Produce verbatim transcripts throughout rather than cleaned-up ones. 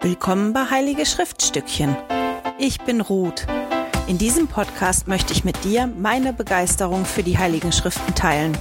Willkommen bei Heilige Schriftstückchen. Ich bin Ruth. In diesem Podcast möchte ich mit dir meine Begeisterung für die Heiligen Schriften teilen.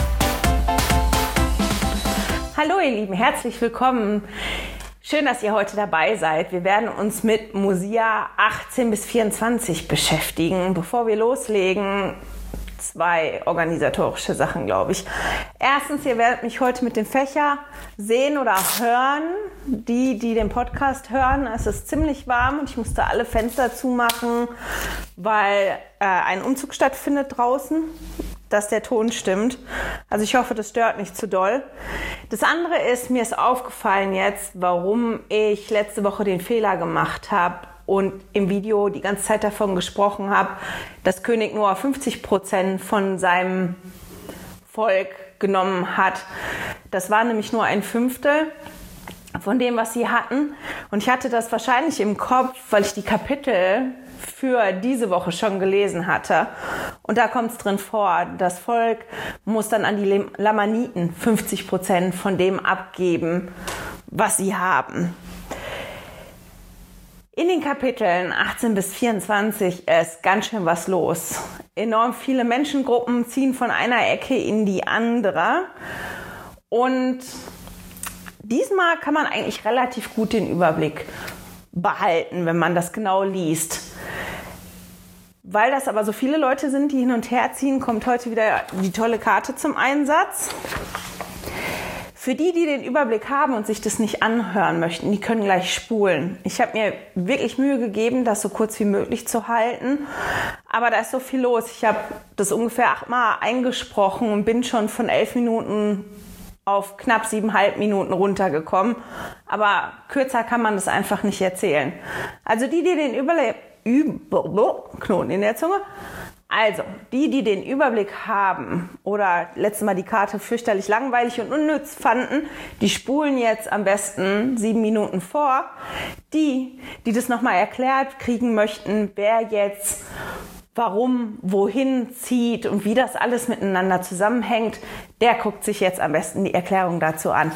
Hallo ihr Lieben, herzlich willkommen. Schön, dass ihr heute dabei seid. Wir werden uns mit Mosia achtzehn bis vierundzwanzig beschäftigen. Bevor wir loslegen, zwei organisatorische Sachen, glaube ich. Erstens, ihr werdet mich heute mit dem Fächer sehen oder hören. Die, die den Podcast hören, es ist ziemlich warm und ich musste alle Fenster zumachen, weil äh, ein Umzug stattfindet draußen, dass der Ton stimmt. Also ich hoffe, das stört nicht zu doll. Das andere ist, mir ist aufgefallen jetzt, warum ich letzte Woche den Fehler gemacht habe und im Video die ganze Zeit davon gesprochen habe, dass König Noah fünfzig Prozent von seinem Volk genommen hat. Das war nämlich nur ein Fünftel von dem, was sie hatten. Und ich hatte das wahrscheinlich im Kopf, weil ich die Kapitel für diese Woche schon gelesen hatte. Und da kommt es drin vor, das Volk muss dann an die Lamaniten fünfzig Prozent von dem abgeben, was sie haben. In den Kapiteln achtzehn bis vierundzwanzig ist ganz schön was los. Enorm viele Menschengruppen ziehen von einer Ecke in die andere. Und diesmal kann man eigentlich relativ gut den Überblick behalten, wenn man das genau liest. Weil das aber so viele Leute sind, die hin und her ziehen, kommt heute wieder die tolle Karte zum Einsatz. Für die, die den Überblick haben und sich das nicht anhören möchten, die können gleich spulen. Ich habe mir wirklich Mühe gegeben, das so kurz wie möglich zu halten. Aber da ist so viel los. Ich habe das ungefähr achtmal eingesprochen und bin schon von elf Minuten auf knapp siebeneinhalb Minuten runtergekommen. Aber kürzer kann man das einfach nicht erzählen. Also die, die den Überblick... Über, Knoten in der Zunge. Also, die, die den Überblick haben oder letztes Mal die Karte fürchterlich langweilig und unnütz fanden, die spulen jetzt am besten sieben Minuten vor. Die, die das nochmal erklärt kriegen möchten, wer jetzt warum, wohin zieht und wie das alles miteinander zusammenhängt, der guckt sich jetzt am besten die Erklärung dazu an.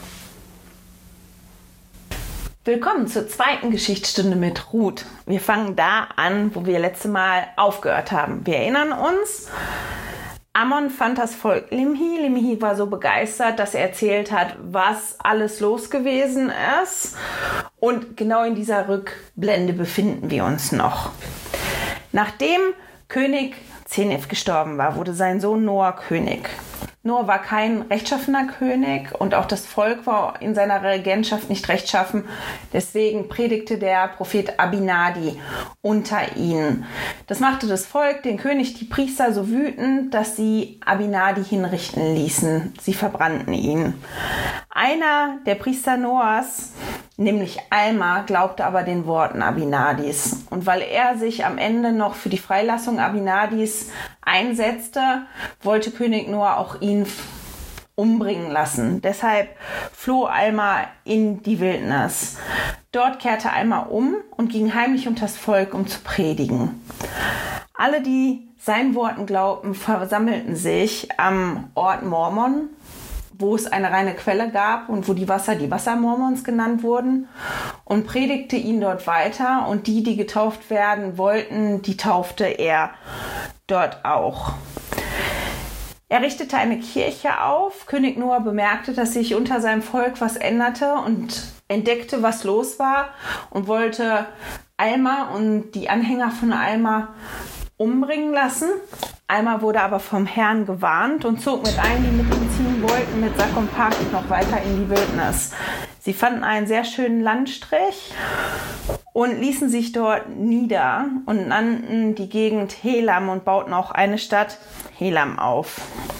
Willkommen zur zweiten Geschichtsstunde mit Ruth. Wir fangen da an, wo wir letzte Mal aufgehört haben. Wir erinnern uns, Ammon fand das Volk Limhi. Limhi war so begeistert, dass er erzählt hat, was alles los gewesen ist. Und genau in dieser Rückblende befinden wir uns noch. Nachdem König Zeneph gestorben war, wurde sein Sohn Noah König. Noah war kein rechtschaffener König und auch das Volk war in seiner Regentschaft nicht rechtschaffen. Deswegen predigte der Prophet Abinadi unter ihnen. Das machte das Volk, den König, die Priester so wütend, dass sie Abinadi hinrichten ließen. Sie verbrannten ihn. Einer der Priester Noahs, nämlich Alma, glaubte aber den Worten Abinadis. Und weil er sich am Ende noch für die Freilassung Abinadis einsetzte, wollte König Noah auch ihn umbringen lassen. Deshalb floh Alma in die Wildnis. Dort kehrte Alma um und ging heimlich unter das Volk, um zu predigen. Alle, die seinen Worten glaubten, versammelten sich am Ort Mormon, wo es eine reine Quelle gab und wo die Wasser die Wassermormons genannt wurden, und predigte ihn dort weiter. Und die, die getauft werden wollten, die taufte er dort auch. Er richtete eine Kirche auf. König Noah bemerkte, dass sich unter seinem Volk was änderte und entdeckte, was los war, und wollte Alma und die Anhänger von Alma umbringen lassen. Alma wurde aber vom Herrn gewarnt und zog mit allen, die mit ihm ziehen wollten, mit Sack und Pack noch weiter in die Wildnis. Sie fanden einen sehr schönen Landstrich und ließen sich dort nieder und nannten die Gegend Helam und bauten auch eine Stadt Helam auf.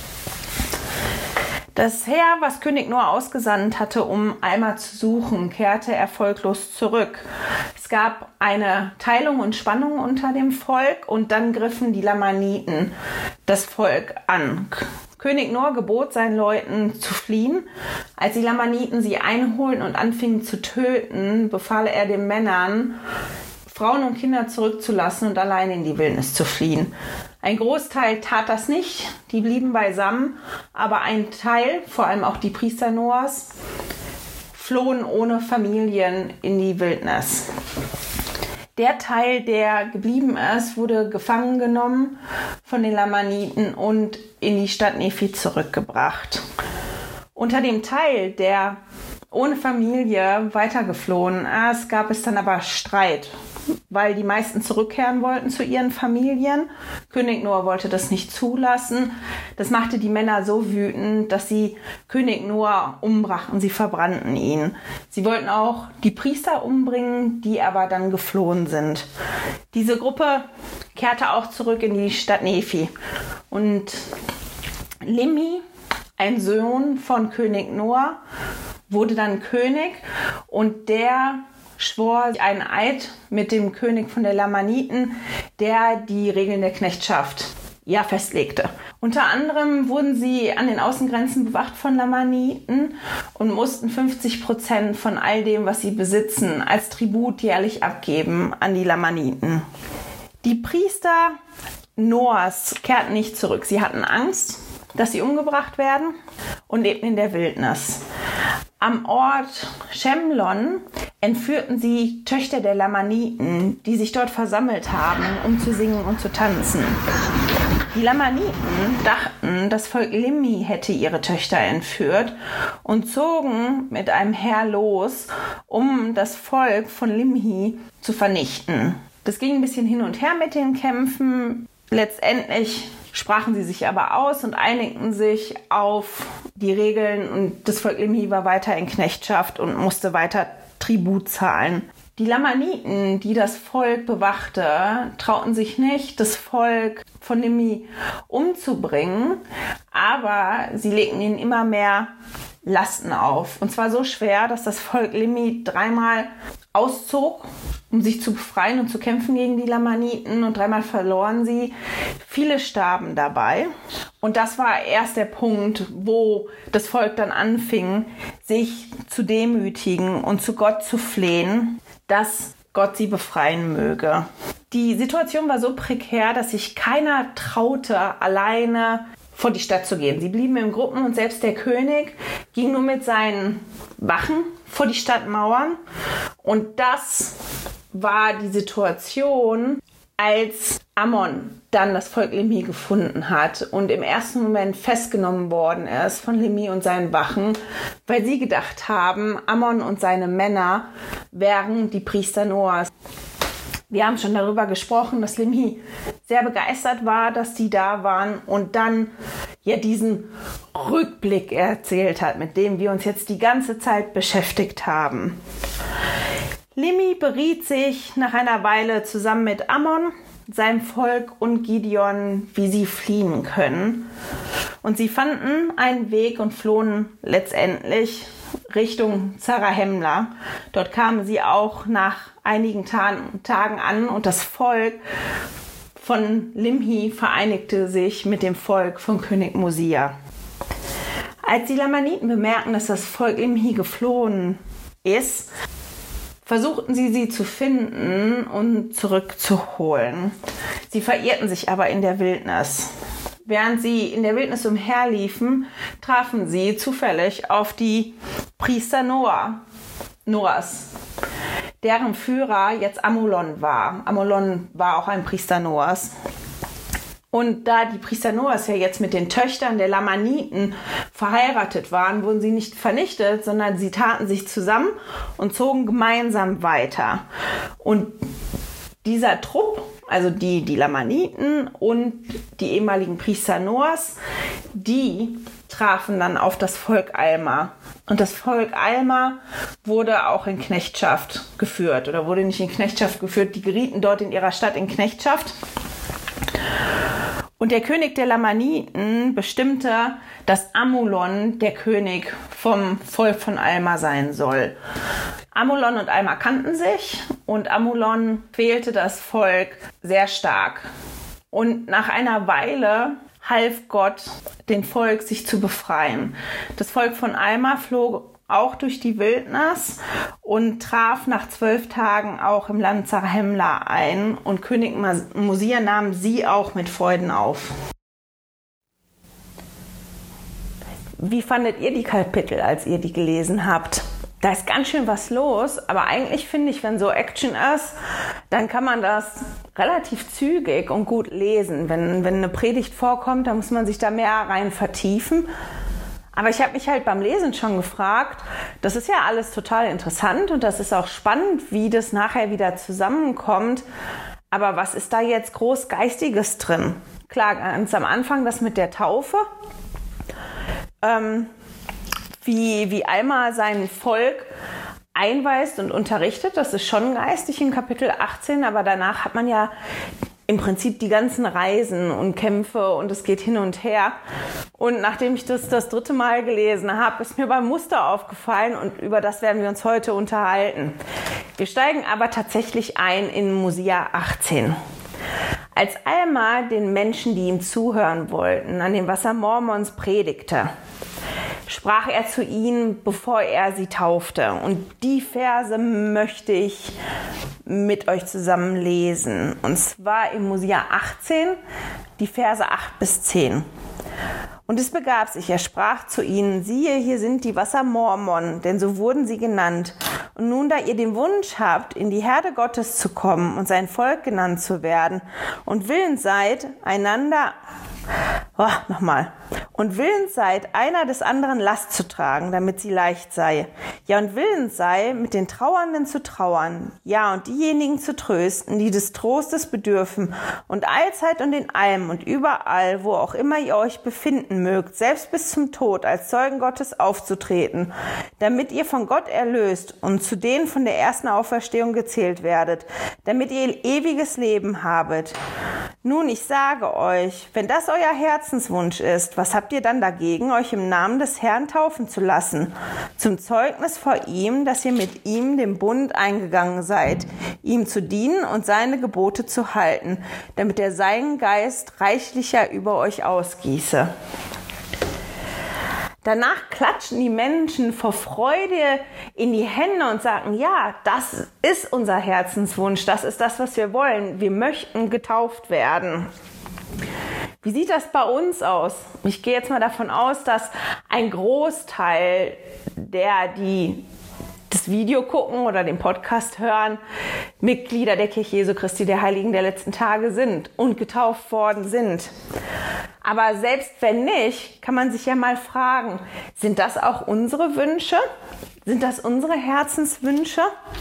Das Heer, was König Noah ausgesandt hatte, um Alma zu suchen, kehrte erfolglos zurück. Es gab eine Teilung und Spannung unter dem Volk und dann griffen die Lamaniten das Volk an. König Noah gebot seinen Leuten zu fliehen. Als die Lamaniten sie einholten und anfingen zu töten, befahl er den Männern, Frauen und Kinder zurückzulassen und allein in die Wildnis zu fliehen. Ein Großteil tat das nicht, die blieben beisammen, aber ein Teil, vor allem auch die Priester Noahs, flohen ohne Familien in die Wildnis. Der Teil, der geblieben ist, wurde gefangen genommen von den Lamaniten und in die Stadt Nephi zurückgebracht. Unter dem Teil, der ohne Familie weitergeflohen ist, gab es dann aber Streit, weil die meisten zurückkehren wollten zu ihren Familien. König Noah wollte das nicht zulassen. Das machte die Männer so wütend, dass sie König Noah umbrachten. Sie verbrannten ihn. Sie wollten auch die Priester umbringen, die aber dann geflohen sind. Diese Gruppe kehrte auch zurück in die Stadt Nephi. Und Limhi, ein Sohn von König Noah, wurde dann König und der schwor einen Eid mit dem König von der Lamaniten, der die Regeln der Knechtschaft ja festlegte. Unter anderem wurden sie an den Außengrenzen bewacht von Lamaniten und mussten fünfzig Prozent von all dem, was sie besitzen, als Tribut jährlich abgeben an die Lamaniten. Die Priester Noahs kehrten nicht zurück. Sie hatten Angst, dass sie umgebracht werden und lebten in der Wildnis. Am Ort Shemlon entführten sie Töchter der Lamaniten, die sich dort versammelt haben, um zu singen und zu tanzen. Die Lamaniten dachten, das Volk Limhi hätte ihre Töchter entführt und zogen mit einem Heer los, um das Volk von Limhi zu vernichten. Das ging ein bisschen hin und her mit den Kämpfen. Letztendlich sprachen sie sich aber aus und einigten sich auf die Regeln und das Volk Limhi war weiter in Knechtschaft und musste weiter Tribut zahlen. Die Lamaniten, die das Volk bewachte, trauten sich nicht, das Volk von Limhi umzubringen, aber sie legten ihnen immer mehr Lasten auf. Und zwar so schwer, dass das Volk Limhi dreimal auszog, um sich zu befreien und zu kämpfen gegen die Lamaniten, und dreimal verloren sie. Viele starben dabei. Und das war erst der Punkt, wo das Volk dann anfing, sich zu demütigen und zu Gott zu flehen, dass Gott sie befreien möge. Die Situation war so prekär, dass sich keiner traute, alleine vor die Stadt zu gehen. Sie blieben in Gruppen und selbst der König ging nur mit seinen Wachen vor die Stadtmauern. Und das war die Situation, als Ammon dann das Volk Limhi gefunden hat und im ersten Moment festgenommen worden ist von Limhi und seinen Wachen, weil sie gedacht haben, Ammon und seine Männer wären die Priester Noahs. Wir haben schon darüber gesprochen, dass Limhi sehr begeistert war, dass die da waren und dann ja diesen Rückblick erzählt hat, mit dem wir uns jetzt die ganze Zeit beschäftigt haben. Limhi beriet sich nach einer Weile zusammen mit Ammon, seinem Volk und Gideon, wie sie fliehen können. Und sie fanden einen Weg und flohen letztendlich Richtung Zarahemla. Dort kamen sie auch nach einigen Tagen an und das Volk von Limhi vereinigte sich mit dem Volk von König Mosia. Als die Lamaniten bemerkten, dass das Volk Limhi geflohen ist, versuchten sie, sie zu finden und zurückzuholen. Sie verirrten sich aber in der Wildnis. Während sie in der Wildnis umherliefen, trafen sie zufällig auf die Priester Noah, Noahs, deren Führer jetzt Amulon war. Amulon war auch ein Priester Noahs. Und da die Priester Noahs ja jetzt mit den Töchtern der Lamaniten verheiratet waren, wurden sie nicht vernichtet, sondern sie taten sich zusammen und zogen gemeinsam weiter. Und dieser Trupp, also die, die Lamaniten und die ehemaligen Priester Noahs, die trafen dann auf das Volk Alma. Und das Volk Alma wurde auch in Knechtschaft geführt oder wurde nicht in Knechtschaft geführt, die gerieten dort in ihrer Stadt in Knechtschaft. Und der König der Lamaniten bestimmte, dass Amulon der König vom Volk von Alma sein soll. Amulon und Alma kannten sich und Amulon quälte das Volk sehr stark. Und nach einer Weile half Gott dem Volk, sich zu befreien. Das Volk von Alma flog auch durch die Wildnis und traf nach zwölf Tagen auch im Land Zarahemla ein und König Mosia nahm sie auch mit Freuden auf. Wie fandet ihr die Kapitel, als ihr die gelesen habt? da ist ganz schön was los, aber eigentlich finde ich, wenn so Action ist, dann kann man das relativ zügig und gut lesen. Wenn, wenn eine Predigt vorkommt, dann muss man sich da mehr rein vertiefen. Aber ich habe mich halt beim Lesen schon gefragt, das ist ja alles total interessant und das ist auch spannend, wie das nachher wieder zusammenkommt. Aber was ist da jetzt groß Geistiges drin? Klar, ganz am Anfang das mit der Taufe. Ähm, wie, wie Alma sein Volk einweist und unterrichtet, das ist schon geistig in Kapitel achtzehn, aber danach hat man ja im Prinzip die ganzen Reisen und Kämpfe und es geht hin und her. Und nachdem ich das das dritte Mal gelesen habe, ist mir beim Muster aufgefallen und über das werden wir uns heute unterhalten. Wir steigen aber tatsächlich ein in Mosia achtzehn. Als Alma den Menschen, die ihm zuhören wollten, an dem Wasser Mormons predigte, sprach er zu ihnen, bevor er sie taufte. Und die Verse möchte ich mit euch zusammen lesen. Und zwar in Mosia achtzehn, die Verse acht bis zehn. Und es begab sich, er sprach zu ihnen, siehe, hier sind die Wasser Mormon, denn so wurden sie genannt. Und nun, da ihr den Wunsch habt, in die Herde Gottes zu kommen und sein Volk genannt zu werden und willens seid, einander, oh, nochmal, und willens seid, einer des anderen Last zu tragen, damit sie leicht sei. Ja, und willens sei, mit den Trauernden zu trauern. Ja, und diejenigen zu trösten, die des Trostes bedürfen. Und allzeit und in allem und überall, wo auch immer ihr euch befinden mögt, selbst bis zum Tod als Zeugen Gottes aufzutreten, damit ihr von Gott erlöst und zu denen von der ersten Auferstehung gezählt werdet, damit ihr ewiges Leben habet. Nun, ich sage euch, wenn das euer Herzenswunsch ist, was habt ihr dann dagegen, euch im Namen des Herrn taufen zu lassen, zum Zeugnis vor ihm, dass ihr mit ihm den Bund eingegangen seid, ihm zu dienen und seine Gebote zu halten, damit er seinen Geist reichlicher über euch ausgieße. Danach klatschen die Menschen vor Freude in die Hände und sagen, ja, das ist unser Herzenswunsch, das ist das, was wir wollen. Wir möchten getauft werden. Wie sieht das bei uns aus? Ich gehe jetzt mal davon aus, dass ein Großteil der, die das Video gucken oder den Podcast hören, Mitglieder der Kirche Jesu Christi der Heiligen der letzten Tage sind und getauft worden sind. Aber selbst wenn nicht, kann man sich ja mal fragen, sind das auch unsere Wünsche? Sind das unsere Herzenswünsche?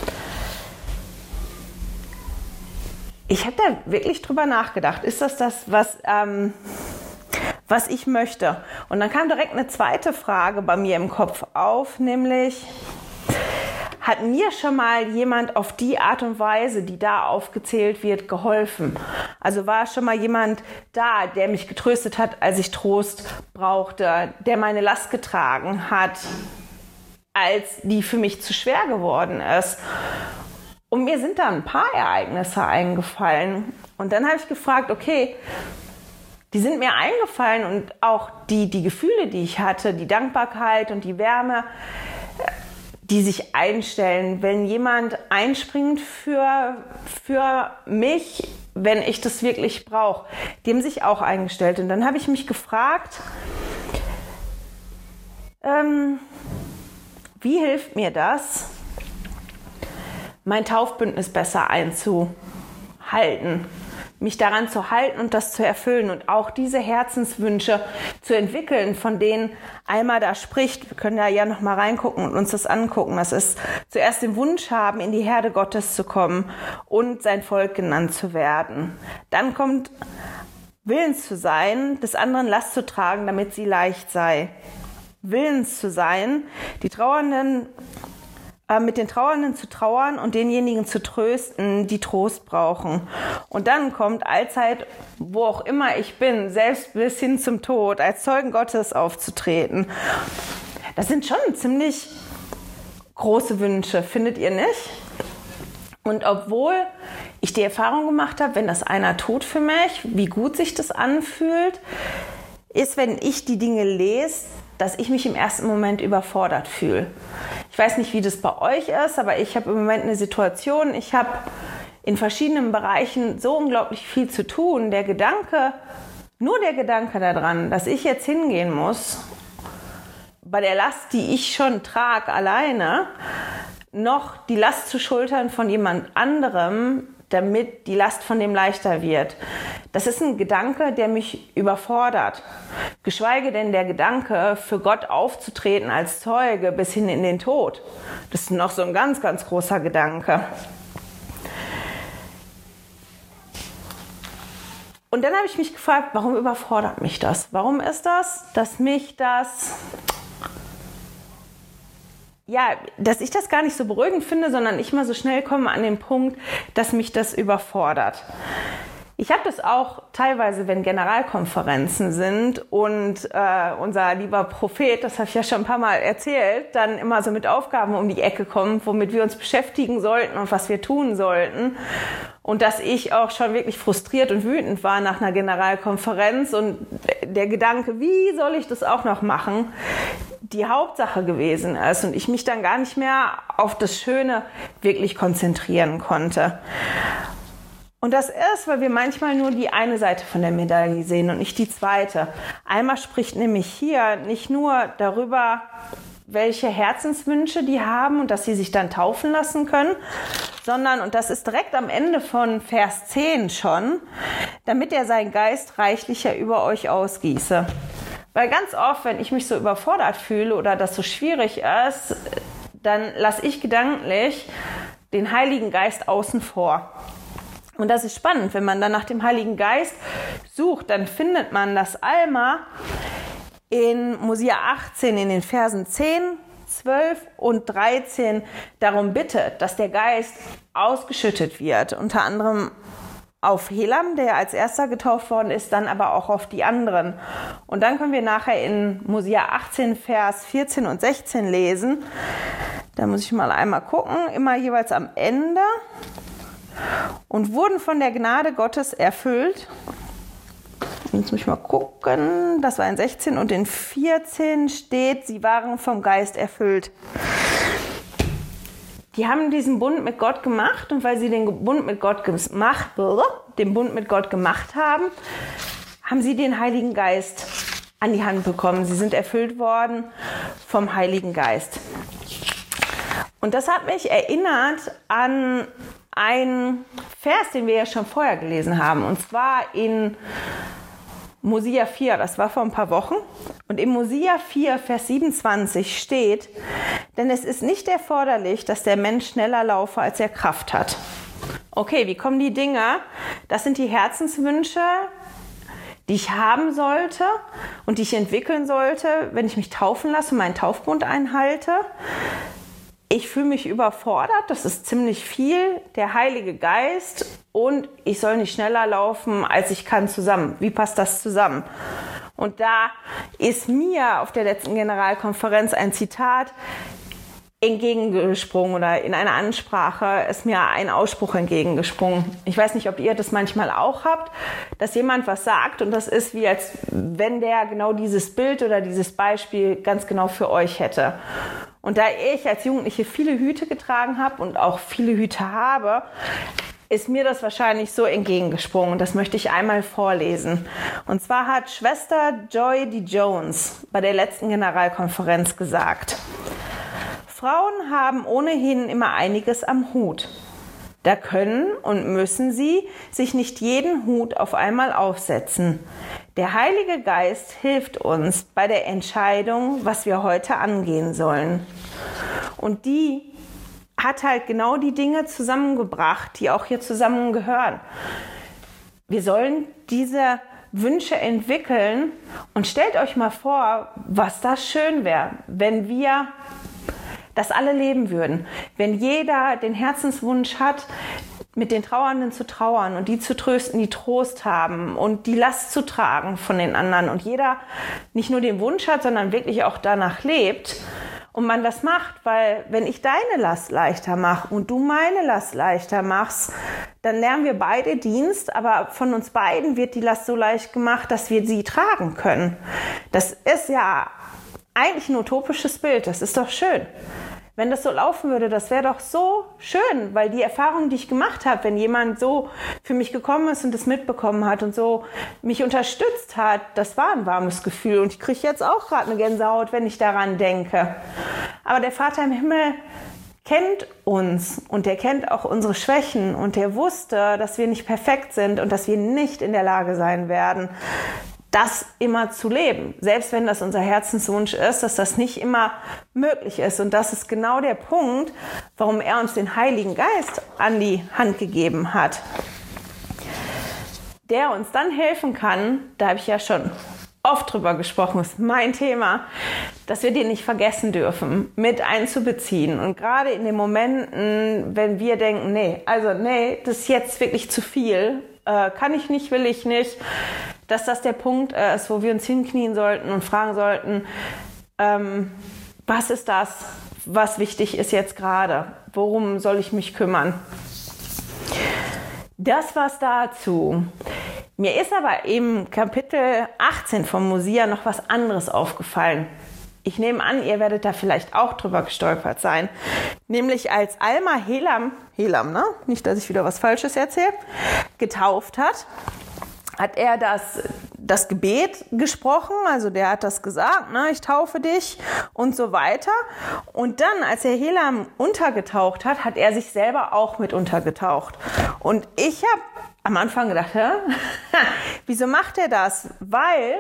Ich habe da wirklich drüber nachgedacht. Ist das das, was, ähm, was ich möchte? Und dann kam direkt eine zweite Frage bei mir im Kopf auf, nämlich, hat mir schon mal jemand auf die Art und Weise, die da aufgezählt wird, geholfen? Also war schon mal jemand da, der mich getröstet hat, als ich Trost brauchte, der meine Last getragen hat, als die für mich zu schwer geworden ist? Und mir sind da ein paar Ereignisse eingefallen. Und dann habe ich gefragt, okay, die sind mir eingefallen und auch die, die Gefühle, die ich hatte, die Dankbarkeit und die Wärme, die sich einstellen, wenn jemand einspringt für, für mich, wenn ich das wirklich brauche. Die haben sich auch eingestellt. Und dann habe ich mich gefragt, ähm, wie hilft mir das, mein Taufbündnis besser einzuhalten, mich daran zu halten und das zu erfüllen und auch diese Herzenswünsche zu entwickeln, von denen Alma da spricht. Wir können da ja noch mal reingucken und uns das angucken. Das ist zuerst den Wunsch haben, in die Herde Gottes zu kommen und sein Volk genannt zu werden. Dann kommt willens zu sein, des anderen Last zu tragen, damit sie leicht sei. Willens zu sein, die Trauernden mit den Trauernden zu trauern und denjenigen zu trösten, die Trost brauchen. Und dann kommt allzeit, wo auch immer ich bin, selbst bis hin zum Tod, als Zeugen Gottes aufzutreten. Das sind schon ziemlich große Wünsche, findet ihr nicht? Und obwohl ich die Erfahrung gemacht habe, wenn das einer tut für mich, wie gut sich das anfühlt, ist, wenn ich die Dinge lese, dass ich mich im ersten Moment überfordert fühle. Ich weiß nicht, wie das bei euch ist, aber ich habe im Moment eine Situation, ich habe in verschiedenen Bereichen so unglaublich viel zu tun. Der Gedanke, nur der Gedanke daran, dass ich jetzt hingehen muss, bei der Last, die ich schon trage alleine, noch die Last zu schultern von jemand anderem, damit die Last von dem leichter wird. Das ist ein Gedanke, der mich überfordert. Geschweige denn der Gedanke, für Gott aufzutreten als Zeuge bis hin in den Tod. Das ist noch so ein ganz, ganz großer Gedanke. Und dann habe ich mich gefragt, warum überfordert mich das? Warum ist das, dass mich das... Ja, dass ich das gar nicht so beruhigend finde, sondern ich mal so schnell komme an den Punkt, dass mich das überfordert. Ich habe das auch teilweise, wenn Generalkonferenzen sind und äh, unser lieber Prophet, das habe ich ja schon ein paar Mal erzählt, dann immer so mit Aufgaben um die Ecke kommt, womit wir uns beschäftigen sollten und was wir tun sollten. Und dass ich auch schon wirklich frustriert und wütend war nach einer Generalkonferenz und der Gedanke, wie soll ich das auch noch machen, die Hauptsache gewesen ist und ich mich dann gar nicht mehr auf das Schöne wirklich konzentrieren konnte. Und das ist, weil wir manchmal nur die eine Seite von der Medaille sehen und nicht die zweite. Alma spricht nämlich hier nicht nur darüber, welche Herzenswünsche die haben und dass sie sich dann taufen lassen können, sondern, und das ist direkt am Ende von Vers zehn schon, damit er seinen Geist reichlicher über euch ausgieße. Weil ganz oft, wenn ich mich so überfordert fühle oder das so schwierig ist, dann lasse ich gedanklich den Heiligen Geist außen vor. Und das ist spannend, wenn man dann nach dem Heiligen Geist sucht, dann findet man, dass Alma in Mosia achtzehn in den Versen zehn, zwölf und dreizehn darum bittet, dass der Geist ausgeschüttet wird, unter anderem auf Helam, der als erster getauft worden ist, dann aber auch auf die anderen. Und dann können wir nachher in Mosia achtzehn, Vers vierzehn und sechzehn lesen. Da muss ich mal einmal gucken, immer jeweils am Ende. Und wurden von der Gnade Gottes erfüllt. Jetzt muss ich mal gucken, das war in sechzehn und in vierzehn steht, sie waren vom Geist erfüllt. Die haben diesen Bund mit Gott gemacht und weil sie den Bund mit Gott gemacht, den Bund mit Gott gemacht haben, haben sie den Heiligen Geist an die Hand bekommen. Sie sind erfüllt worden vom Heiligen Geist. Und das hat mich erinnert an einen Vers, den wir ja schon vorher gelesen haben, und zwar in Mosia vier, das war vor ein paar Wochen. Und in Mosia vier, Vers siebenundzwanzig steht, denn es ist nicht erforderlich, dass der Mensch schneller laufe, als er Kraft hat. Okay, wie kommen die Dinge? Das sind die Herzenswünsche, die ich haben sollte und die ich entwickeln sollte, wenn ich mich taufen lasse und meinen Taufbund einhalte. Ich fühle mich überfordert, das ist ziemlich viel, der Heilige Geist und ich soll nicht schneller laufen, als ich kann zusammen. Wie passt das zusammen? Und da ist mir auf der letzten Generalkonferenz ein Zitat entgegengesprungen oder in einer Ansprache ist mir ein Ausspruch entgegengesprungen. Ich weiß nicht, ob ihr das manchmal auch habt, dass jemand was sagt und das ist wie als wenn der genau dieses Bild oder dieses Beispiel ganz genau für euch hätte. Und da ich als Jugendliche viele Hüte getragen habe und auch viele Hüte habe, ist mir das wahrscheinlich so entgegengesprungen. Und das möchte ich einmal vorlesen. Und zwar hat Schwester Joy D. Jones bei der letzten Generalkonferenz gesagt: Frauen haben ohnehin immer einiges am Hut. Da können und müssen sie sich nicht jeden Hut auf einmal aufsetzen. Der Heilige Geist hilft uns bei der Entscheidung, was wir heute angehen sollen. Und die hat halt genau die Dinge zusammengebracht, die auch hier zusammengehören. Wir sollen diese Wünsche entwickeln und stellt euch mal vor, was das schön wäre, wenn wir das alle leben würden. Wenn jeder den Herzenswunsch hat, mit den Trauernden zu trauern und die zu trösten, die Trost haben und die Last zu tragen von den anderen und jeder nicht nur den Wunsch hat, sondern wirklich auch danach lebt und man das macht, weil wenn ich deine Last leichter mache und du meine Last leichter machst, dann lernen wir beide Dienst, aber von uns beiden wird die Last so leicht gemacht, dass wir sie tragen können. Das ist ja eigentlich ein utopisches Bild, das ist doch schön. Wenn das so laufen würde, das wäre doch so schön, weil die Erfahrung, die ich gemacht habe, wenn jemand so für mich gekommen ist und das mitbekommen hat und so mich unterstützt hat, das war ein warmes Gefühl. Und ich kriege jetzt auch gerade eine Gänsehaut, wenn ich daran denke. Aber der Vater im Himmel kennt uns und der kennt auch unsere Schwächen und der wusste, dass wir nicht perfekt sind und dass wir nicht in der Lage sein werden, das immer zu leben. Selbst wenn das unser Herzenswunsch ist, dass das nicht immer möglich ist. Und das ist genau der Punkt, warum er uns den Heiligen Geist an die Hand gegeben hat. Der uns dann helfen kann, da habe ich ja schon oft drüber gesprochen, ist mein Thema, dass wir den nicht vergessen dürfen, mit einzubeziehen. Und gerade in den Momenten, wenn wir denken, nee, also nee, das ist jetzt wirklich zu viel, äh, kann ich nicht, will ich nicht, dass das der Punkt ist, wo wir uns hinknien sollten und fragen sollten, ähm, was ist das, was wichtig ist jetzt gerade? Worum soll ich mich kümmern? Das war's dazu. Mir ist aber im Kapitel achtzehn von Mosia noch was anderes aufgefallen. Ich nehme an, ihr werdet da vielleicht auch drüber gestolpert sein. Nämlich als Alma Helam, Helam, ne? Nicht, dass ich wieder was Falsches erzähle, getauft hat, hat er das, das Gebet gesprochen, also der hat das gesagt, ne, ich taufe dich und so weiter. Und dann, als er Helam untergetaucht hat, hat er sich selber auch mit untergetaucht. Und ich habe am Anfang gedacht, hä? Wieso macht er das? Weil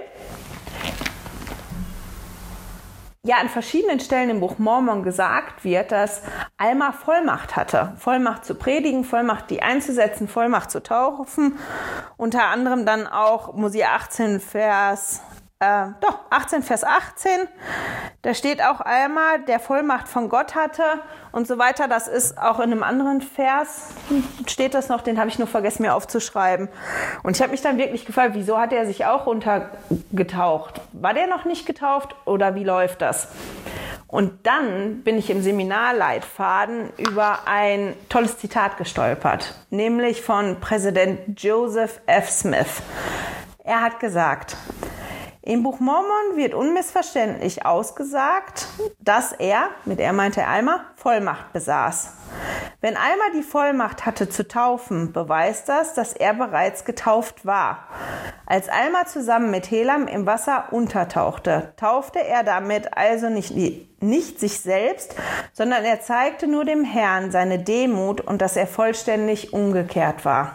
ja an verschiedenen Stellen im Buch Mormon gesagt wird, dass Alma Vollmacht hatte. Vollmacht zu predigen, Vollmacht die einzusetzen, Vollmacht zu taufen. Unter anderem dann auch Mosia achtzehn, Vers, äh, doch, achtzehn, Vers achtzehn. Da steht auch Alma, der Vollmacht von Gott hatte und so weiter. Das ist auch in einem anderen Vers, steht das noch, den habe ich nur vergessen, mir aufzuschreiben. Und ich habe mich dann wirklich gefragt, wieso hat er sich auch untergetaucht? War der noch nicht getauft oder wie läuft das? Und dann bin ich im Seminarleitfaden über ein tolles Zitat gestolpert, nämlich von Präsident Joseph F. Smith. Er hat gesagt: Im Buch Mormon wird unmissverständlich ausgesagt, dass er, mit er meinte Alma, Vollmacht besaß. Wenn Alma die Vollmacht hatte zu taufen, beweist das, dass er bereits getauft war. Als Alma zusammen mit Helam im Wasser untertauchte, taufte er damit also nicht, nicht sich selbst, sondern er zeigte nur dem Herrn seine Demut und dass er vollständig umgekehrt war.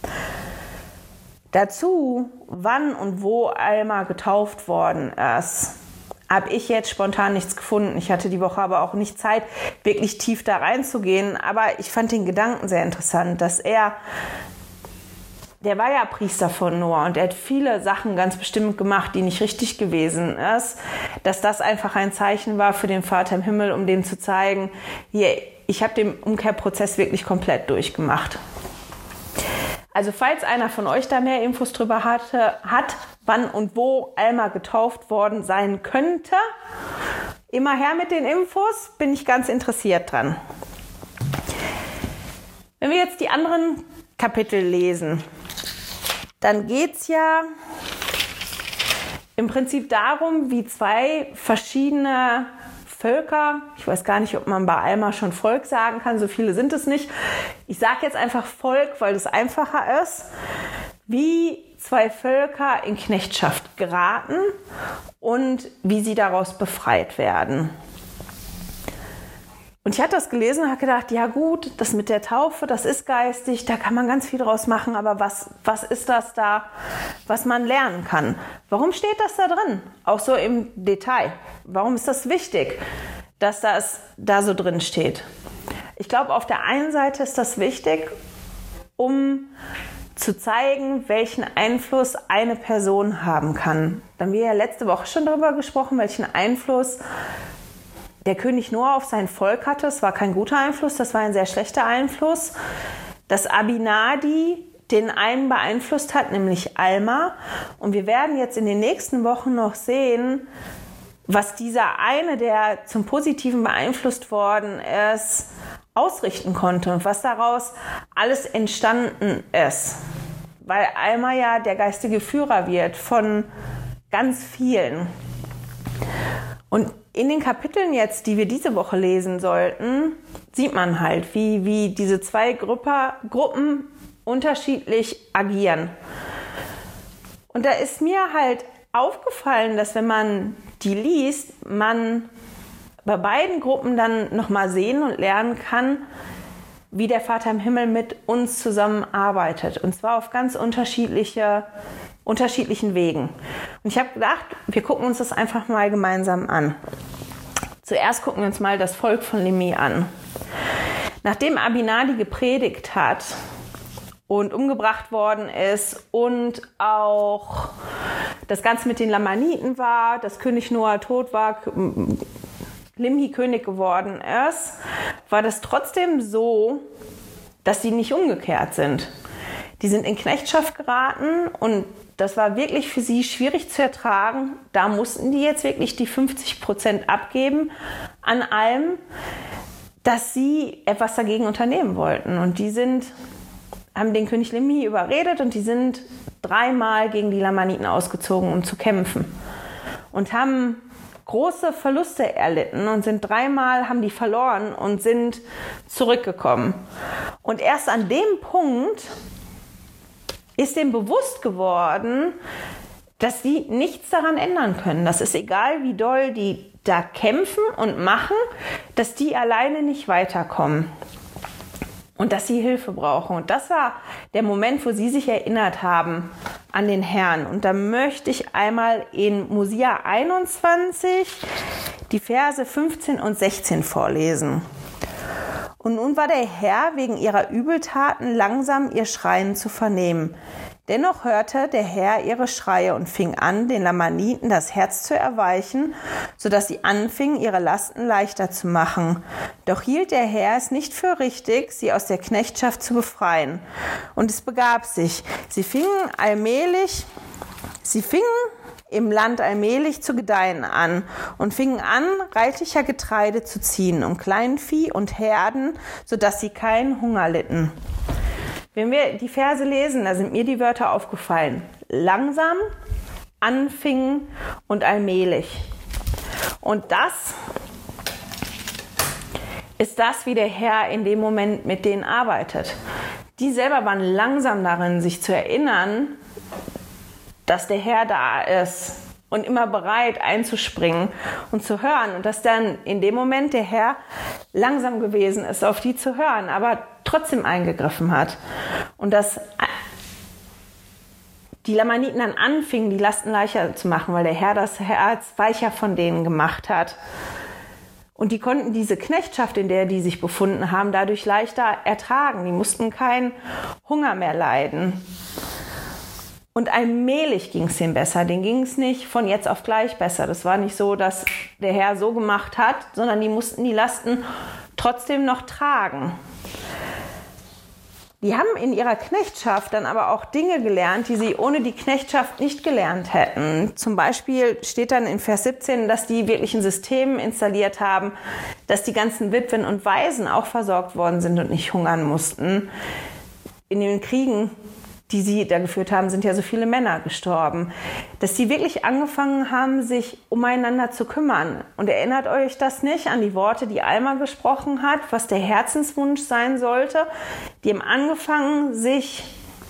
Dazu, wann und wo Alma getauft worden ist, habe ich jetzt spontan nichts gefunden. Ich hatte die Woche aber auch nicht Zeit, wirklich tief da reinzugehen. Aber ich fand den Gedanken sehr interessant, dass er, der war ja Priester von Noah und er hat viele Sachen ganz bestimmt gemacht, die nicht richtig gewesen ist, dass das einfach ein Zeichen war für den Vater im Himmel, um dem zu zeigen, hier, ich habe den Umkehrprozess wirklich komplett durchgemacht. Also falls einer von euch da mehr Infos drüber hatte, hat, wann und wo Alma getauft worden sein könnte, immer her mit den Infos, bin ich ganz interessiert dran. Wenn wir jetzt die anderen Kapitel lesen, dann geht es ja im Prinzip darum, wie zwei verschiedene Völker, ich weiß gar nicht, ob man bei Alma schon Volk sagen kann, so viele sind es nicht. Ich sage jetzt einfach Volk, weil es einfacher ist, wie zwei Völker in Knechtschaft geraten und wie sie daraus befreit werden. Und ich hatte das gelesen und habe gedacht, ja gut, das mit der Taufe, das ist geistig, da kann man ganz viel draus machen, aber was, was ist das da, was man lernen kann? Warum steht das da drin? Auch so im Detail. Warum ist das wichtig, dass das da so drin steht? Ich glaube, auf der einen Seite ist das wichtig, um zu zeigen, welchen Einfluss eine Person haben kann. Da haben wir ja letzte Woche schon darüber gesprochen, welchen Einfluss der König Noah auf sein Volk hatte. Es war kein guter Einfluss, das war ein sehr schlechter Einfluss. Dass Abinadi den einen beeinflusst hat, nämlich Alma. Und wir werden jetzt in den nächsten Wochen noch sehen, was dieser eine, der zum Positiven beeinflusst worden ist, ausrichten konnte und was daraus alles entstanden ist. Weil Alma ja der geistige Führer wird von ganz vielen. Und in den Kapiteln jetzt, die wir diese Woche lesen sollten, sieht man halt, wie, wie diese zwei Gruppe, Gruppen unterschiedlich agieren. Und da ist mir halt aufgefallen, dass wenn man die liest, man bei beiden Gruppen dann nochmal sehen und lernen kann, wie der Vater im Himmel mit uns zusammenarbeitet. Und zwar auf ganz unterschiedliche, unterschiedlichen Wegen. Und ich habe gedacht, wir gucken uns das einfach mal gemeinsam an. Zuerst gucken wir uns mal das Volk von Limhi an. Nachdem Abinadi gepredigt hat und umgebracht worden ist und auch das Ganze mit den Lamaniten war, dass König Noah tot war, Limhi König geworden ist, war das trotzdem so, dass sie nicht umgekehrt sind. Die sind in Knechtschaft geraten und das war wirklich für sie schwierig zu ertragen. Da mussten die jetzt wirklich die fünfzig Prozent abgeben an allem, dass sie etwas dagegen unternehmen wollten. Und die sind, haben den König Limhi überredet und die sind dreimal gegen die Lamaniten ausgezogen, um zu kämpfen. Und haben große Verluste erlitten und sind dreimal, haben die verloren und sind zurückgekommen. Und erst an dem Punkt ist dem bewusst geworden, dass die nichts daran ändern können. Das ist egal, wie doll die da kämpfen und machen, dass die alleine nicht weiterkommen. Und dass sie Hilfe brauchen. Und das war der Moment, wo sie sich erinnert haben an den Herrn. Und da möchte ich einmal in Mosia einundzwanzig die Verse fünfzehn und sechzehn vorlesen. Und nun war der Herr wegen ihrer Übeltaten langsam ihr Schreien zu vernehmen. Dennoch hörte der Herr ihre Schreie und fing an, den Lamaniten das Herz zu erweichen, sodass sie anfingen, ihre Lasten leichter zu machen. Doch hielt der Herr es nicht für richtig, sie aus der Knechtschaft zu befreien. Und es begab sich. Sie fingen allmählich, sie fingen im Land allmählich zu gedeihen an und fingen an, reichlicher Getreide zu ziehen, um Kleinvieh und Herden, sodass sie keinen Hunger litten. Wenn wir die Verse lesen, da sind mir die Wörter aufgefallen. Langsam, anfingen und allmählich. Und das ist das, wie der Herr in dem Moment mit denen arbeitet. Die selber waren langsam darin, sich zu erinnern, dass der Herr da ist und immer bereit einzuspringen und zu hören. Und dass dann in dem Moment der Herr langsam gewesen ist, auf die zu hören, aber trotzdem eingegriffen hat. Und dass die Lamaniten dann anfingen, die Lasten leichter zu machen, weil der Herr das Herz weicher von denen gemacht hat. Und die konnten diese Knechtschaft, in der die sich befunden haben, dadurch leichter ertragen. Die mussten keinen Hunger mehr leiden. Und allmählich ging es denen besser. Denen ging es nicht von jetzt auf gleich besser. Das war nicht so, dass der Herr so gemacht hat, sondern die mussten die Lasten trotzdem noch tragen. Die haben in ihrer Knechtschaft dann aber auch Dinge gelernt, die sie ohne die Knechtschaft nicht gelernt hätten. Zum Beispiel steht dann in Vers siebzehn, dass die wirklich ein System installiert haben, dass die ganzen Witwen und Waisen auch versorgt worden sind und nicht hungern mussten. In den Kriegen, die sie da geführt haben, sind ja so viele Männer gestorben. Dass sie wirklich angefangen haben, sich umeinander zu kümmern. Und erinnert euch das nicht an die Worte, die Alma gesprochen hat, was der Herzenswunsch sein sollte? Die haben angefangen, sich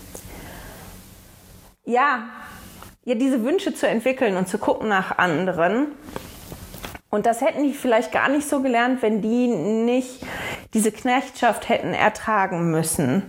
ja, ja, diese Wünsche zu entwickeln und zu gucken nach anderen. Und das hätten die vielleicht gar nicht so gelernt, wenn die nicht diese Knechtschaft hätten ertragen müssen.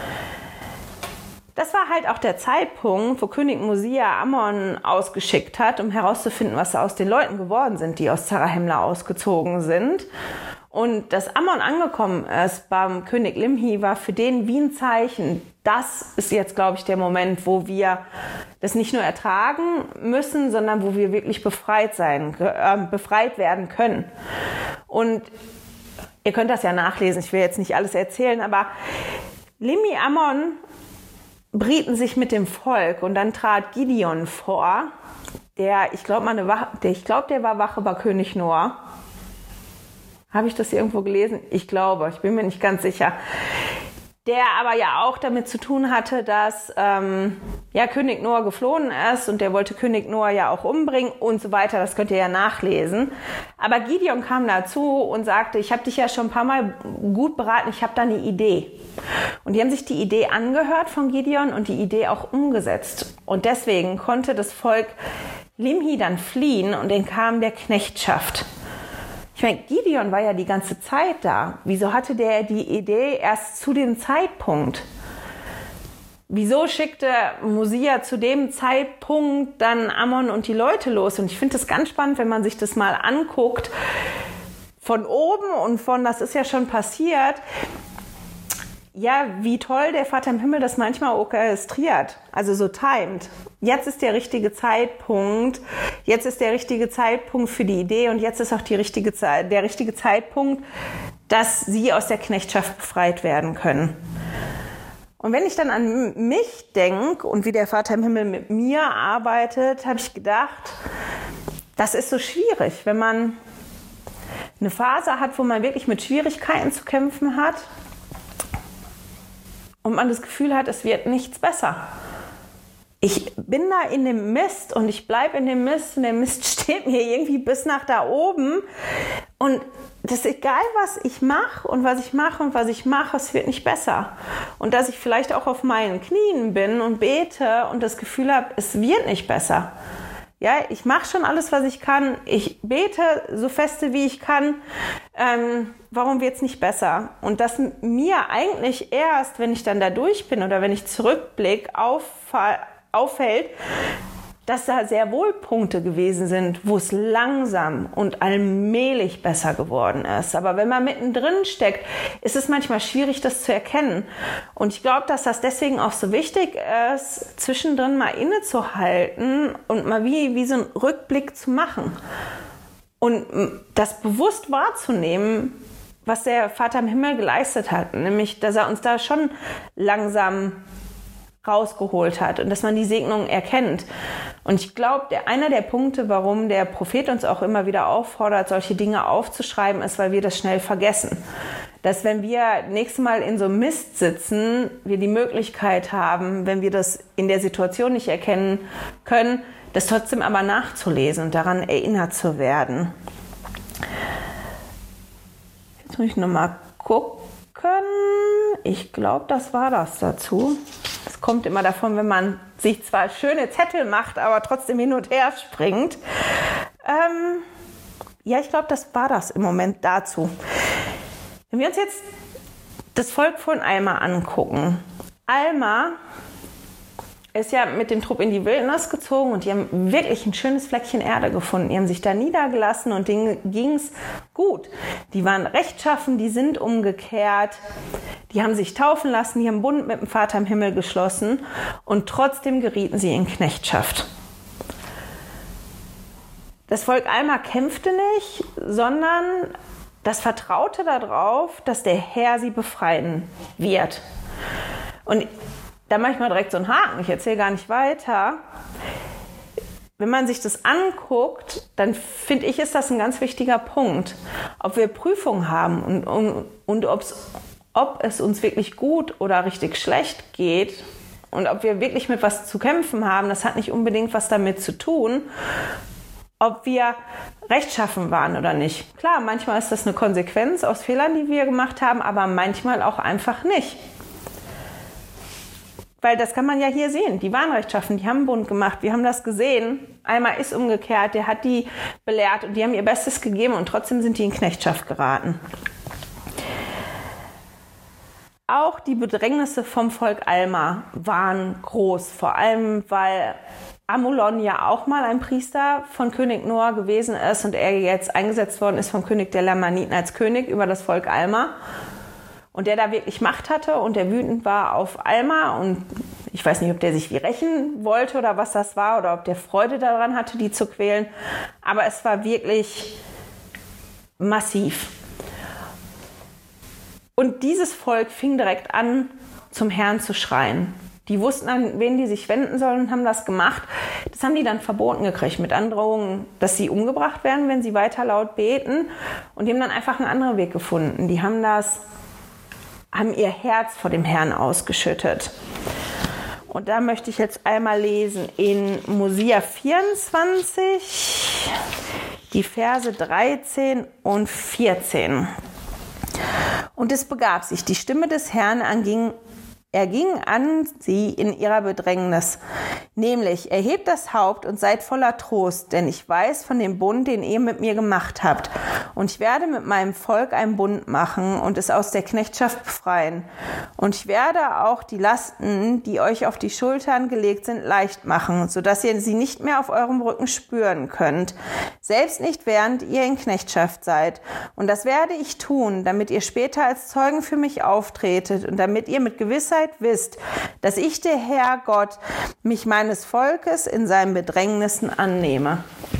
Das war halt auch der Zeitpunkt, wo König Mosia Ammon ausgeschickt hat, um herauszufinden, was aus den Leuten geworden sind, die aus Zarahemla ausgezogen sind. Und dass Ammon angekommen ist beim König Limhi, war für den wie ein Zeichen. Das ist jetzt, glaube ich, der Moment, wo wir das nicht nur ertragen müssen, sondern wo wir wirklich befreit sein, äh, befreit werden können. Und ihr könnt das ja nachlesen, ich will jetzt nicht alles erzählen, aber Limhi Ammon brieten sich mit dem Volk und dann trat Gideon vor, der, ich glaube, der, ich glaub, der war Wache bei König Noah. Habe ich das irgendwo gelesen? Ich glaube, ich bin mir nicht ganz sicher. Der aber ja auch damit zu tun hatte, dass ähm, ja König Noah geflohen ist und der wollte König Noah ja auch umbringen und so weiter. Das könnt ihr ja nachlesen. Aber Gideon kam dazu und sagte, ich habe dich ja schon ein paar Mal gut beraten, ich habe da eine Idee. Und die haben sich die Idee angehört von Gideon und die Idee auch umgesetzt. Und deswegen konnte das Volk Limhi dann fliehen und entkam der Knechtschaft. Ich meine, Gideon war ja die ganze Zeit da. Wieso hatte der die Idee erst zu dem Zeitpunkt? Wieso schickte Mosia zu dem Zeitpunkt dann Ammon und die Leute los? Und ich finde das ganz spannend, wenn man sich das mal anguckt, von oben und von, das ist ja schon passiert, ja, wie toll der Vater im Himmel das manchmal orchestriert, also so timed. Jetzt ist der richtige Zeitpunkt, jetzt ist der richtige Zeitpunkt für die Idee und jetzt ist auch die richtige Zeit, der richtige Zeitpunkt, dass sie aus der Knechtschaft befreit werden können. Und wenn ich dann an mich denke und wie der Vater im Himmel mit mir arbeitet, habe ich gedacht, das ist so schwierig, wenn man eine Phase hat, wo man wirklich mit Schwierigkeiten zu kämpfen hat und man das Gefühl hat, es wird nichts besser. Ich bin da in dem Mist und ich bleibe in dem Mist und der Mist steht mir irgendwie bis nach da oben und das ist egal, was ich mache und was ich mache und was ich mache, es wird nicht besser. Und dass ich vielleicht auch auf meinen Knien bin und bete und das Gefühl habe, es wird nicht besser. Ja, ich mache schon alles, was ich kann. Ich bete so feste, wie ich kann. Ähm, warum wird es nicht besser? Und dass mir eigentlich erst, wenn ich dann da durch bin oder wenn ich zurückblicke, auffall, auffällt, dass da sehr wohl Punkte gewesen sind, wo es langsam und allmählich besser geworden ist. Aber wenn man mittendrin steckt, ist es manchmal schwierig, das zu erkennen. Und ich glaube, dass das deswegen auch so wichtig ist, zwischendrin mal innezuhalten und mal wie, wie so einen Rückblick zu machen. Und das bewusst wahrzunehmen, was der Vater im Himmel geleistet hat. Nämlich, dass er uns da schon langsam rausgeholt hat und dass man die Segnung erkennt. Und ich glaube, der, einer der Punkte, warum der Prophet uns auch immer wieder auffordert, solche Dinge aufzuschreiben, ist, weil wir das schnell vergessen. Dass wenn wir nächstes Mal in so einem Mist sitzen, wir die Möglichkeit haben, wenn wir das in der Situation nicht erkennen können, das trotzdem aber nachzulesen und daran erinnert zu werden. Jetzt muss ich nochmal gucken. Ich glaube, das war das dazu. Es kommt immer davon, wenn man sich zwar schöne Zettel macht, aber trotzdem hin und her springt. Ähm, ja, ich glaube, das war das im Moment dazu. Wenn wir uns jetzt das Volk von Alma angucken. Alma ist ja mit dem Trupp in die Wildnis gezogen und die haben wirklich ein schönes Fleckchen Erde gefunden. Die haben sich da niedergelassen und denen ging es gut. Die waren rechtschaffen, die sind umgekehrt, die haben sich taufen lassen, die haben einen Bund mit dem Vater im Himmel geschlossen und trotzdem gerieten sie in Knechtschaft. Das Volk Alma kämpfte nicht, sondern das vertraute darauf, dass der Herr sie befreien wird. Und da mache ich mal direkt so einen Haken, ich erzähle gar nicht weiter. Wenn man sich das anguckt, dann finde ich, ist das ein ganz wichtiger Punkt. Ob wir Prüfungen haben und, und, und ob's, ob es uns wirklich gut oder richtig schlecht geht und ob wir wirklich mit was zu kämpfen haben, das hat nicht unbedingt was damit zu tun, ob wir rechtschaffen waren oder nicht. Klar, manchmal ist das eine Konsequenz aus Fehlern, die wir gemacht haben, aber manchmal auch einfach nicht. Weil das kann man ja hier sehen. Die waren rechtschaffen, die haben einen Bund gemacht, wir haben das gesehen. Einmal ist umgekehrt, der hat die belehrt und die haben ihr Bestes gegeben und trotzdem sind die in Knechtschaft geraten. Auch die Bedrängnisse vom Volk Alma waren groß, vor allem weil Amulon ja auch mal ein Priester von König Noah gewesen ist und er jetzt eingesetzt worden ist vom König der Lamaniten als König über das Volk Alma. Und der da wirklich Macht hatte und der wütend war auf Alma und ich weiß nicht, ob der sich wie rächen wollte oder was das war oder ob der Freude daran hatte, die zu quälen. Aber es war wirklich massiv. Und dieses Volk fing direkt an, zum Herrn zu schreien. Die wussten, an wen die sich wenden sollen und haben das gemacht. Das haben die dann verboten gekriegt mit Androhungen, dass sie umgebracht werden, wenn sie weiter laut beten. Und die haben dann einfach einen anderen Weg gefunden. Die haben das... haben ihr Herz vor dem Herrn ausgeschüttet. Und da möchte ich jetzt einmal lesen in Mosia vierundzwanzig, die Verse dreizehn und vierzehn. Und es begab sich, die Stimme des Herrn anging, er ging an sie in ihrer Bedrängnis, nämlich erhebt das Haupt und seid voller Trost, denn ich weiß von dem Bund, den ihr mit mir gemacht habt. Und ich werde mit meinem Volk einen Bund machen und es aus der Knechtschaft befreien. Und ich werde auch die Lasten, die euch auf die Schultern gelegt sind, leicht machen, sodass ihr sie nicht mehr auf eurem Rücken spüren könnt, selbst nicht während ihr in Knechtschaft seid. Und das werde ich tun, damit ihr später als Zeugen für mich auftretet und damit ihr mit Gewissheit wisst, dass ich, der Herr Gott, mich meines Volkes in seinen Bedrängnissen annehme.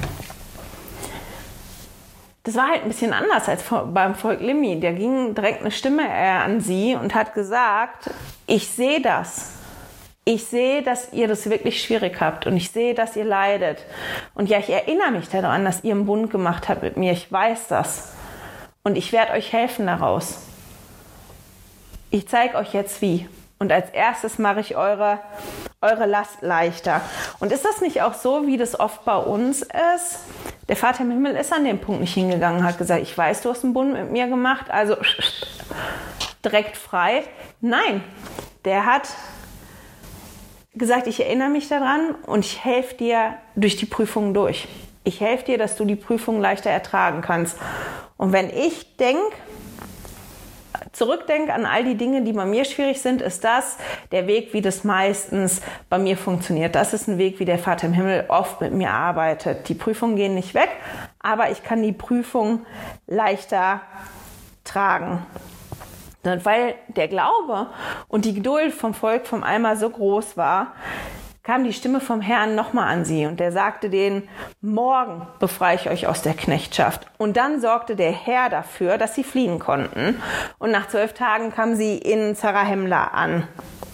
Das war halt ein bisschen anders als beim Volk Limhi. Da ging direkt eine Stimme an sie und hat gesagt, ich sehe das. Ich sehe, dass ihr das wirklich schwierig habt und ich sehe, dass ihr leidet. Und ja, ich erinnere mich daran, dass ihr einen Bund gemacht habt mit mir. Ich weiß das. Und ich werde euch helfen daraus. Ich zeige euch jetzt wie. Und als erstes mache ich eure, eure Last leichter. Und ist das nicht auch so, wie das oft bei uns ist? Der Vater im Himmel ist an dem Punkt nicht hingegangen, hat gesagt, ich weiß, du hast einen Bund mit mir gemacht, also direkt frei. Nein, der hat gesagt, ich erinnere mich daran und ich helfe dir durch die Prüfung durch. Ich helfe dir, dass du die Prüfung leichter ertragen kannst. Und wenn ich denke, zurückdenke an all die Dinge, die bei mir schwierig sind, ist das der Weg, wie das meistens bei mir funktioniert. Das ist ein Weg, wie der Vater im Himmel oft mit mir arbeitet. Die Prüfungen gehen nicht weg, aber ich kann die Prüfung leichter tragen. Und weil der Glaube und die Geduld vom Volk vom Eimer so groß war, kam die Stimme vom Herrn nochmal an sie und er sagte denen, morgen befreie ich euch aus der Knechtschaft. Und dann sorgte der Herr dafür, dass sie fliehen konnten. Und nach zwölf Tagen kamen sie in Zarahemla an.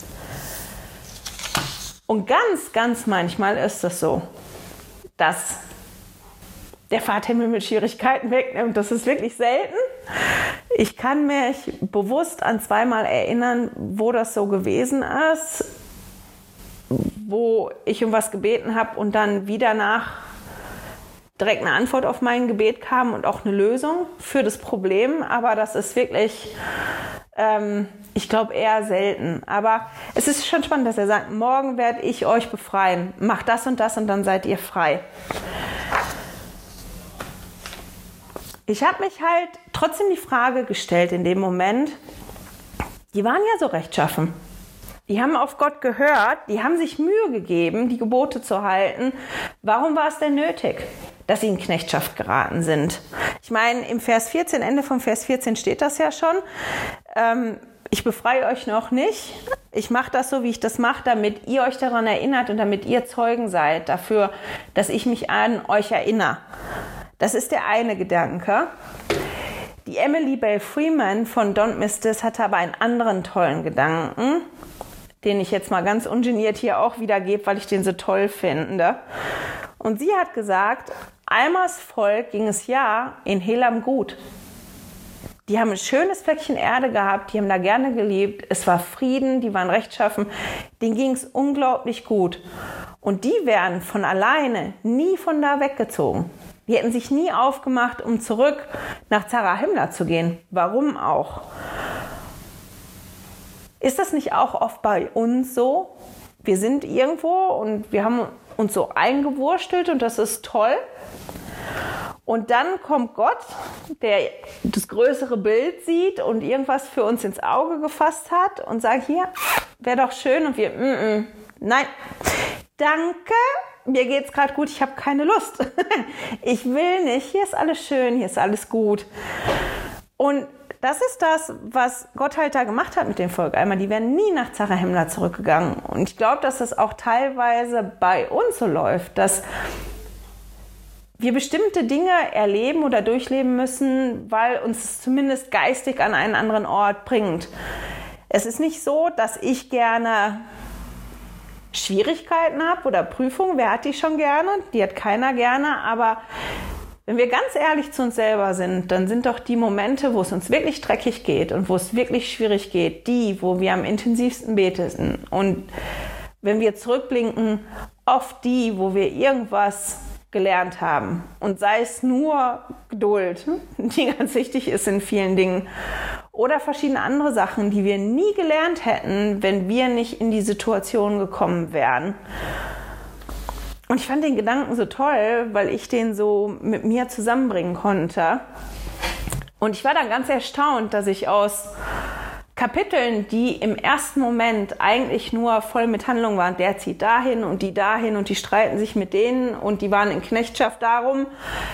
Und ganz, ganz manchmal ist es so, dass der Vater im Himmel Schwierigkeiten wegnimmt. Das ist wirklich selten. Ich kann mich bewusst an zweimal erinnern, wo das so gewesen ist, wo ich um was gebeten habe und dann wieder nach direkt eine Antwort auf mein Gebet kam und auch eine Lösung für das Problem. Aber das ist wirklich, ähm, ich glaube, eher selten. Aber es ist schon spannend, dass er sagt, morgen werde ich euch befreien. Macht das und das und dann seid ihr frei. Ich habe mich halt trotzdem die Frage gestellt in dem Moment, die waren ja so rechtschaffen. Die haben auf Gott gehört, die haben sich Mühe gegeben, die Gebote zu halten. Warum war es denn nötig, dass sie in Knechtschaft geraten sind? Ich meine, im Vers vierzehn, Ende vom Vers vierzehn steht das ja schon. Ähm, ich befreie euch noch nicht. Ich mache das so, wie ich das mache, damit ihr euch daran erinnert und damit ihr Zeugen seid dafür, dass ich mich an euch erinnere. Das ist der eine Gedanke. Die Emily Bell Freeman von Don't Miss This hatte aber einen anderen tollen Gedanken, den ich jetzt mal ganz ungeniert hier auch wiedergebe, weil ich den so toll finde. Und sie hat gesagt, Almas Volk ging es ja in Helam gut. Die haben ein schönes Fleckchen Erde gehabt, die haben da gerne gelebt, es war Frieden, die waren rechtschaffen, denen ging es unglaublich gut. Und die wären von alleine nie von da weggezogen. Die hätten sich nie aufgemacht, um zurück nach Zarahemla zu gehen. Warum auch? Ist das nicht auch oft bei uns so? Wir sind irgendwo und wir haben uns so eingewurstelt und das ist toll. Und dann kommt Gott, der das größere Bild sieht und irgendwas für uns ins Auge gefasst hat und sagt, hier, wäre doch schön. Und wir, mm -mm, nein, danke, mir geht's gerade gut, ich habe keine Lust. Ich will nicht, hier ist alles schön, hier ist alles gut. Und das ist das, was Gott halt da gemacht hat mit dem Volk. Einmal, die wären nie nach Zarahemla zurückgegangen. Und ich glaube, dass es auch teilweise bei uns so läuft, dass wir bestimmte Dinge erleben oder durchleben müssen, weil uns es zumindest geistig an einen anderen Ort bringt. Es ist nicht so, dass ich gerne Schwierigkeiten habe oder Prüfungen. Wer hat die schon gerne? Die hat keiner gerne, aber wenn wir ganz ehrlich zu uns selber sind, dann sind doch die Momente, wo es uns wirklich dreckig geht und wo es wirklich schwierig geht, die, wo wir am intensivsten beten und wenn wir zurückblinken, oft die, wo wir irgendwas gelernt haben. Und sei es nur Geduld, die ganz wichtig ist in vielen Dingen. Oder verschiedene andere Sachen, die wir nie gelernt hätten, wenn wir nicht in die Situation gekommen wären. Und ich fand den Gedanken so toll, weil ich den so mit mir zusammenbringen konnte. Und ich war dann ganz erstaunt, dass ich aus Kapiteln, die im ersten Moment eigentlich nur voll mit Handlung waren, der zieht dahin und die dahin und die streiten sich mit denen und die waren in Knechtschaft darum,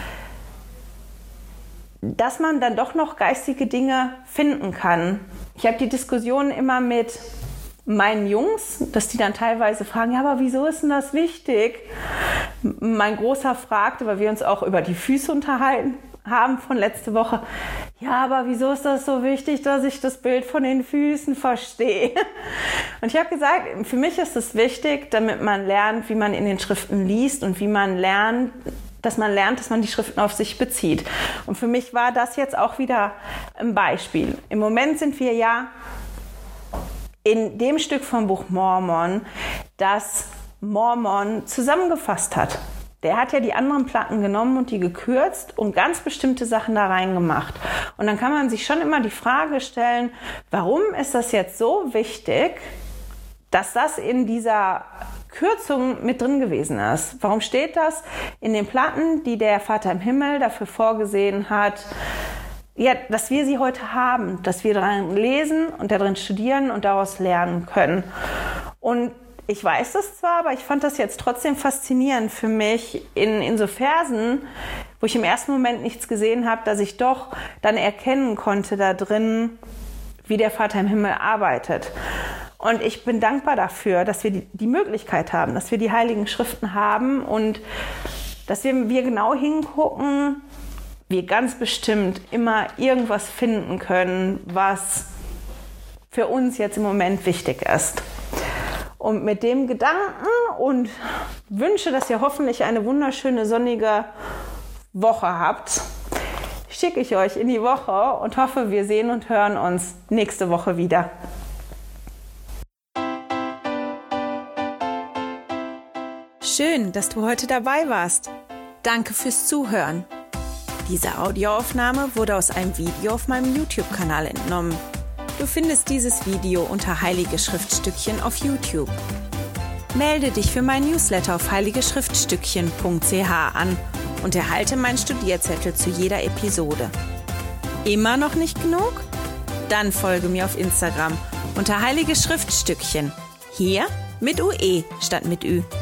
dass man dann doch noch geistige Dinge finden kann. Ich habe die Diskussion immer mit meinen Jungs, dass die dann teilweise fragen, ja, aber wieso ist denn das wichtig? Mein Großer fragte, weil wir uns auch über die Füße unterhalten haben von letzte Woche, ja, aber wieso ist das so wichtig, dass ich das Bild von den Füßen verstehe? Und ich habe gesagt, für mich ist es wichtig, damit man lernt, wie man in den Schriften liest und wie man lernt, dass man lernt, dass man die Schriften auf sich bezieht. Und für mich war das jetzt auch wieder ein Beispiel. Im Moment sind wir ja in dem Stück vom Buch Mormon, das Mormon zusammengefasst hat. Der hat ja die anderen Platten genommen und die gekürzt und ganz bestimmte Sachen da reingemacht. Und dann kann man sich schon immer die Frage stellen, warum ist das jetzt so wichtig, dass das in dieser Kürzung mit drin gewesen ist? Warum steht das in den Platten, die der Vater im Himmel dafür vorgesehen hat, ja, dass wir sie heute haben, dass wir darin lesen und darin studieren und daraus lernen können? Und ich weiß das zwar, aber ich fand das jetzt trotzdem faszinierend für mich in, in so Versen, wo ich im ersten Moment nichts gesehen habe, dass ich doch dann erkennen konnte da drin, wie der Vater im Himmel arbeitet. Und ich bin dankbar dafür, dass wir die, die Möglichkeit haben, dass wir die Heiligen Schriften haben und dass wir, wir genau hingucken, wir ganz bestimmt immer irgendwas finden können, was für uns jetzt im Moment wichtig ist. Und mit dem Gedanken und wünsche, dass ihr hoffentlich eine wunderschöne sonnige Woche habt, schicke ich euch in die Woche und hoffe, wir sehen und hören uns nächste Woche wieder. Schön, dass du heute dabei warst. Danke fürs Zuhören. Diese Audioaufnahme wurde aus einem Video auf meinem YouTube-Kanal entnommen. Du findest dieses Video unter Heilige Schriftstückchen auf YouTube. Melde dich für mein Newsletter auf heilige schriftstückchen punkt c h an und erhalte meinen Studierzettel zu jeder Episode. Immer noch nicht genug? Dann folge mir auf Instagram unter Heilige Schriftstückchen. Hier mit U E statt mit Ü.